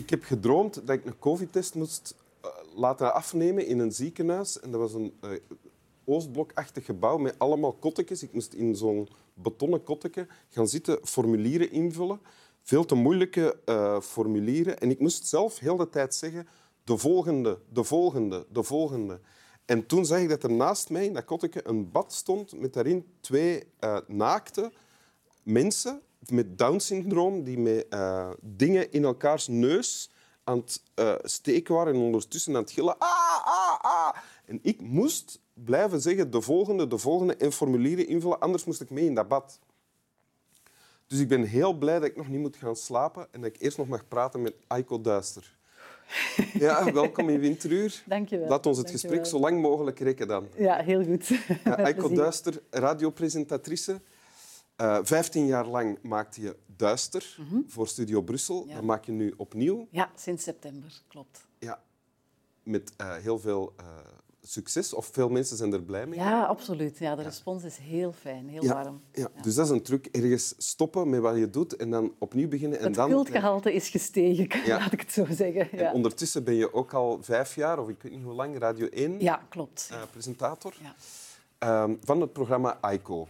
Ik heb gedroomd dat ik een covid-test moest laten afnemen in een ziekenhuis. En dat was een Oostblokachtig gebouw met allemaal kottekjes. Ik moest in zo'n betonnen kotteke gaan zitten, formulieren invullen. Veel te moeilijke formulieren. En ik moest zelf heel de tijd zeggen... De volgende, de volgende, de volgende. En toen zag ik dat er naast mij in dat kotteke een bad stond met daarin 2 naakte mensen met Down-syndroom die met dingen in elkaars neus aan het steken waren en ondertussen aan het gillen. Ah, ah, ah. En ik moest blijven zeggen de volgende en formulieren invullen, anders moest ik mee in dat bad. Dus ik ben heel blij dat ik nog niet moet gaan slapen en dat ik eerst nog mag praten met Aiko Duister. Ja, welkom in Winteruur. Dank je wel. Laat ons het gesprek zo lang mogelijk rekken dan. Ja, heel goed. Ja, Aiko Duister, radiopresentatrice. 15 jaar lang maakte je Duister voor Studio Brussel. Ja. Dat maak je nu opnieuw. Ja, sinds september, klopt. Ja, met heel veel succes. Of veel mensen zijn er blij mee. Ja, absoluut. Ja, de respons is heel fijn, heel warm. Ja. Dus dat is een truc. Ergens stoppen met wat je doet en dan opnieuw beginnen. Het cultgehalte is gestegen, laat ik het zo zeggen. Ja. En ondertussen ben je ook al 5 jaar, of ik weet niet hoe lang, Radio 1 ja, klopt. Presentator Ja. Van het programma Aiko.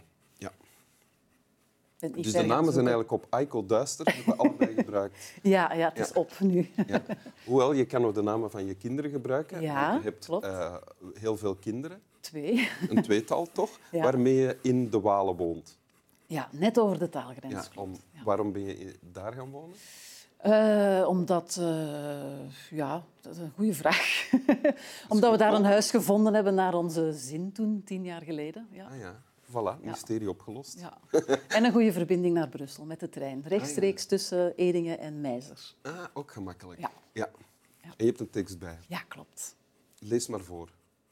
Dus de namen zijn eigenlijk op Aiko Duister, die we allebei gebruikt. Ja, het is op nu. Ja. Hoewel, je kan ook de namen van je kinderen gebruiken. Ja, je hebt klopt. Heel veel kinderen. 2. Een tweetal, toch? Ja. Waarmee je in de Walen woont. Ja, net over de taalgrens. Ja, klopt. waarom ben je daar gaan wonen? Omdat... dat is een goede vraag. Omdat we daar een huis gevonden hebben naar onze zin toen, 10 jaar geleden. Ja. Ah ja, voilà, mysterie opgelost. Ja. En een goede verbinding naar Brussel met de trein. Rechtstreeks tussen Edingen en Meizer. Ah, ook gemakkelijk. Ja. En je hebt een tekst bij. Ja, klopt. Lees maar voor.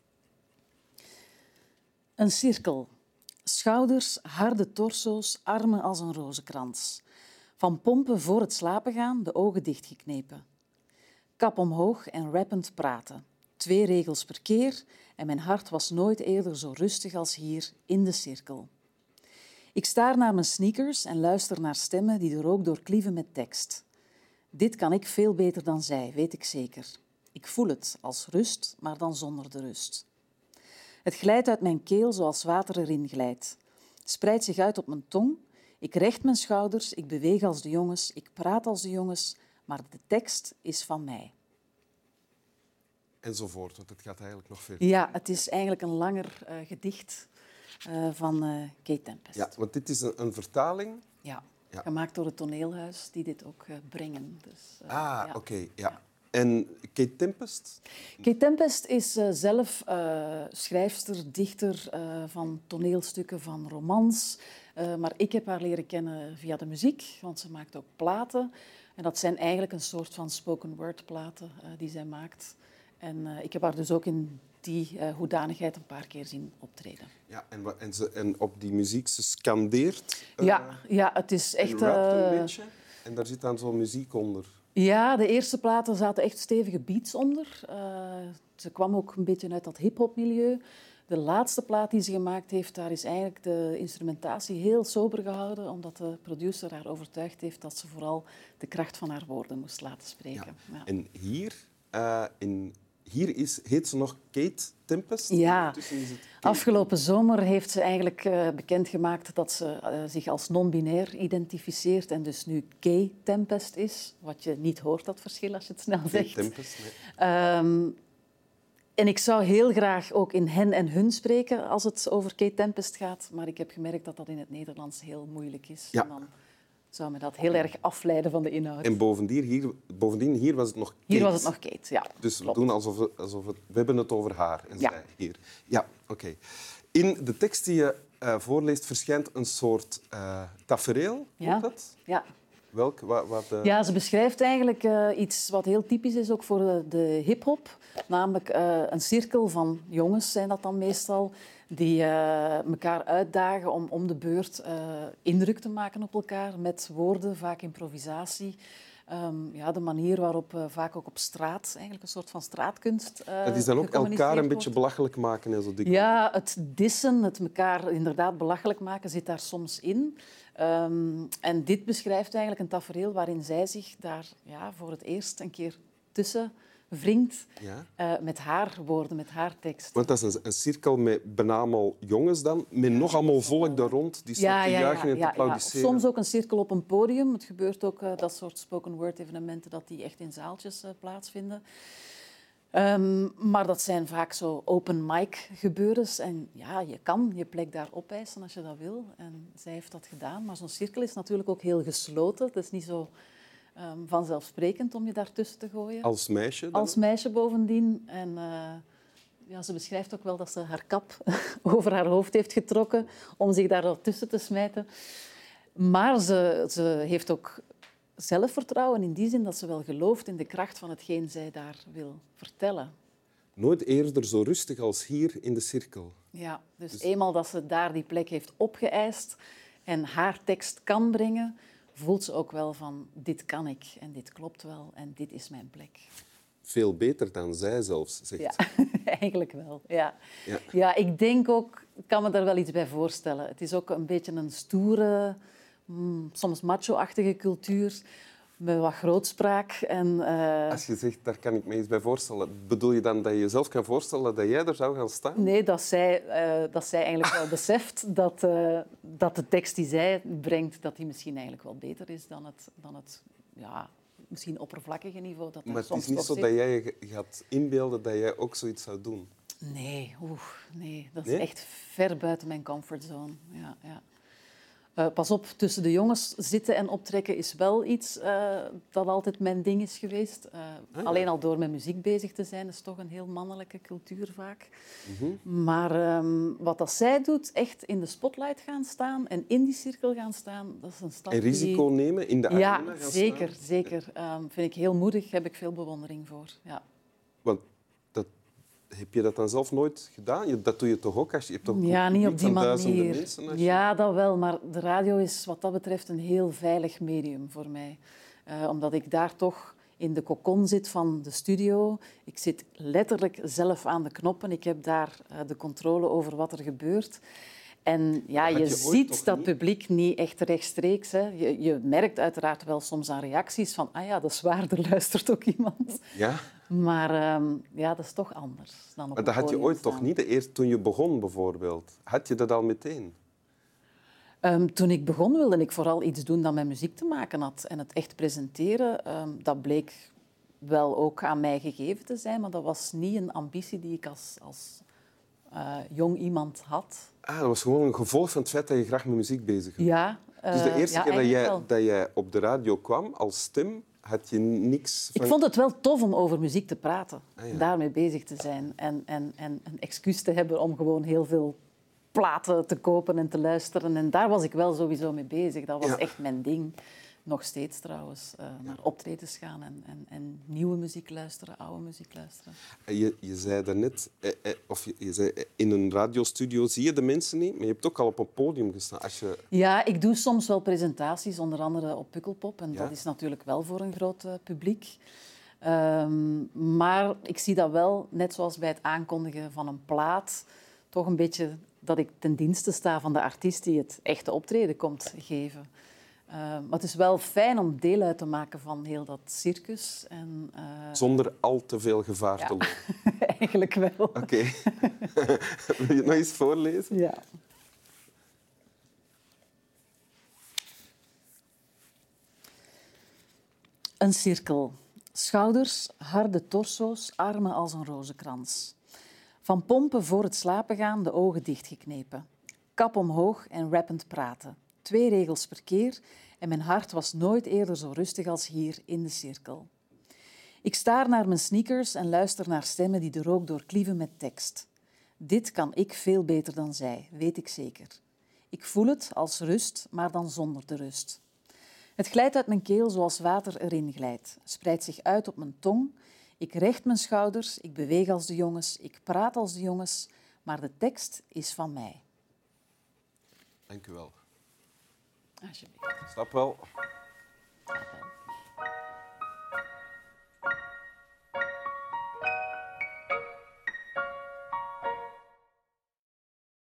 Een cirkel. Schouders, harde torso's, armen als een rozenkrans. Van pompen voor het slapen gaan, de ogen dichtgeknepen. Kap omhoog en rappend praten. 2 regels per keer en mijn hart was nooit eerder zo rustig als hier in de cirkel. Ik staar naar mijn sneakers en luister naar stemmen die de rook doorklieven met tekst. Dit kan ik veel beter dan zij, weet ik zeker. Ik voel het als rust, maar dan zonder de rust. Het glijdt uit mijn keel zoals water erin glijdt. Spreidt zich uit op mijn tong. Ik recht mijn schouders, ik beweeg als de jongens, ik praat als de jongens, maar de tekst is van mij. Enzovoort, want het gaat eigenlijk nog verder. Ja, het is eigenlijk een langer gedicht van Kate Tempest. Ja, want dit is een vertaling. Ja, gemaakt door het toneelhuis die dit ook brengen. Dus, oké. Ja. En Kate Tempest? Kate Tempest is zelf schrijfster, dichter van toneelstukken, van romans. Maar ik heb haar leren kennen via de muziek, want ze maakt ook platen. En dat zijn eigenlijk een soort van spoken word platen die zij maakt. En ik heb haar dus ook in die hoedanigheid een paar keer zien optreden. Ja, en op die muziek, ze scandeert. Ja, het is echt... een beetje. En daar zit dan zo'n muziek onder. Ja, de eerste platen zaten echt stevige beats onder. Ze kwam ook een beetje uit dat hip-hop-milieu. De laatste plaat die ze gemaakt heeft, daar is eigenlijk de instrumentatie heel sober gehouden, omdat de producer haar overtuigd heeft dat ze vooral de kracht van haar woorden moest laten spreken. Ja. En hier heet ze nog Kate Tempest? Ja, afgelopen zomer heeft ze eigenlijk bekendgemaakt dat ze zich als non-binair identificeert en dus nu Kate Tempest is. Wat je niet hoort, dat verschil, als je het snel zegt. Kate Tempest, nee. En ik zou heel graag ook in hen en hun spreken als het over Kate Tempest gaat, maar ik heb gemerkt dat dat in het Nederlands heel moeilijk is. Ja. En dan zou me dat heel erg afleiden van de inhoud. En bovendien hier was het nog Kate. Hier was het nog Kate, ja. Dus klopt. we doen alsof we hebben het over haar en zij hier. Ja, oké. In de tekst die je voorleest verschijnt een soort tafereel. Klopt dat? Ja. Welk? Ja, ze beschrijft eigenlijk iets wat heel typisch is ook voor de hip-hop. Namelijk een cirkel van jongens, zijn dat dan meestal, die elkaar uitdagen om de beurt indruk te maken op elkaar met woorden, vaak improvisatie. De manier waarop vaak ook op straat, eigenlijk een soort van straatkunst Het is dan ook elkaar een beetje wordt. belachelijk maken. En zo Ja, het dissen, het elkaar inderdaad belachelijk maken zit daar soms in. En dit beschrijft eigenlijk een tafereel waarin zij zich daar voor het eerst een keer tussen wringt met haar woorden, met haar tekst. Want dat is een cirkel met bijna allemaal jongens dan, met nog allemaal volk daar rond die staat te juichen en te applaudisseren. Soms ook een cirkel op een podium. Het gebeurt ook, dat soort spoken word evenementen, dat die echt in zaaltjes plaatsvinden. Maar dat zijn vaak zo open mic gebeurens. En ja, je kan je plek daar opeisen als je dat wil. En zij heeft dat gedaan. Maar zo'n cirkel is natuurlijk ook heel gesloten. Het is niet zo vanzelfsprekend om je daartussen te gooien. Als meisje dan? Als meisje bovendien. En ze beschrijft ook wel dat ze haar kap over haar hoofd heeft getrokken om zich daar tussen te smijten. Maar ze heeft ook zelfvertrouwen in die zin dat ze wel gelooft in de kracht van hetgeen zij daar wil vertellen. Nooit eerder zo rustig als hier in de cirkel. Ja, dus eenmaal dat ze daar die plek heeft opgeëist en haar tekst kan brengen, voelt ze ook wel van dit kan ik en dit klopt wel en dit is mijn plek. Veel beter dan zij zelfs, zegt ze. Eigenlijk wel. Ja, ik denk ook, ik kan me daar wel iets bij voorstellen. Het is ook een beetje een stoere, soms macho-achtige cultuur met wat grootspraak. En, Als je zegt, daar kan ik me iets bij voorstellen, bedoel je dan dat je jezelf kan voorstellen dat jij er zou gaan staan? Nee, dat zij eigenlijk wel beseft dat de tekst die zij brengt, dat die misschien eigenlijk wel beter is dan het misschien oppervlakkige niveau. Dat maar het soms is niet zo zit. dat jij je gaat inbeelden dat jij ook zoiets zou doen. Nee, dat is echt ver buiten mijn comfortzone. Pas op, tussen de jongens zitten en optrekken is wel iets dat altijd mijn ding is geweest. Alleen al door met muziek bezig te zijn, is toch een heel mannelijke cultuur vaak. Maar wat dat zij doet, echt in de spotlight gaan staan en in die cirkel gaan staan, dat is een stap En risico nemen, in de arena gaan staan? Zeker. Vind ik heel moedig, heb ik veel bewondering voor. Ja. Want heb je dat dan zelf nooit gedaan? Dat doe je toch ook? Als je hebt toch niet op die manier. Mensen, Ja, dat wel. Maar de radio is wat dat betreft een heel veilig medium voor mij. Omdat ik daar toch in de cocon zit van de studio. Ik zit letterlijk zelf aan de knoppen. Ik heb daar de controle over wat er gebeurt. En je ziet dat publiek niet echt rechtstreeks. Hè. Je merkt uiteraard wel soms aan reacties van dat is waar, er luistert ook iemand. Ja? Maar dat is toch anders dan op Maar dat had je ooit toch niet? Eerst toen je begon bijvoorbeeld. Had je dat al meteen? Toen ik begon wilde ik vooral iets doen dat met muziek te maken had. En het echt presenteren, dat bleek wel ook aan mij gegeven te zijn. Maar dat was niet een ambitie die ik als jong iemand had. Dat was gewoon een gevolg van het feit dat je graag met muziek bezig was. Ja. Dus de eerste keer dat jij op de radio kwam als stem, had je niks van... Ik vond het wel tof om over muziek te praten. Daarmee bezig te zijn. En een excuus te hebben om gewoon heel veel platen te kopen en te luisteren. En daar was ik wel sowieso mee bezig. Dat was echt mijn ding. Nog steeds trouwens. Naar optredens gaan en nieuwe muziek luisteren, oude muziek luisteren. Je zei daarnet, je zei, in een radiostudio zie je de mensen niet, maar je hebt ook al op een podium gestaan. Ja, ik doe soms wel presentaties, onder andere op Pukkelpop. En dat is natuurlijk wel voor een groot publiek. Maar ik zie dat wel, net zoals bij het aankondigen van een plaat, toch een beetje dat ik ten dienste sta van de artiest die het echte optreden komt geven. Maar het is wel fijn om deel uit te maken van heel dat circus. En, zonder al te veel gevaar te lopen. Eigenlijk wel. Oké. Wil je het nog eens voorlezen? Ja. Een cirkel. Schouders, harde torso's, armen als een rozenkrans. Van pompen voor het slapen gaan, de ogen dichtgeknepen. Kap omhoog en rappend praten. 2 regels per keer en mijn hart was nooit eerder zo rustig als hier in de cirkel. Ik staar naar mijn sneakers en luister naar stemmen die de rook doorklieven met tekst. Dit kan ik veel beter dan zij, weet ik zeker. Ik voel het als rust, maar dan zonder de rust. Het glijdt uit mijn keel zoals water erin glijdt, spreidt zich uit op mijn tong. Ik recht mijn schouders, ik beweeg als de jongens, ik praat als de jongens, maar de tekst is van mij. Dank u wel. Alsjeblieft. Snap wel.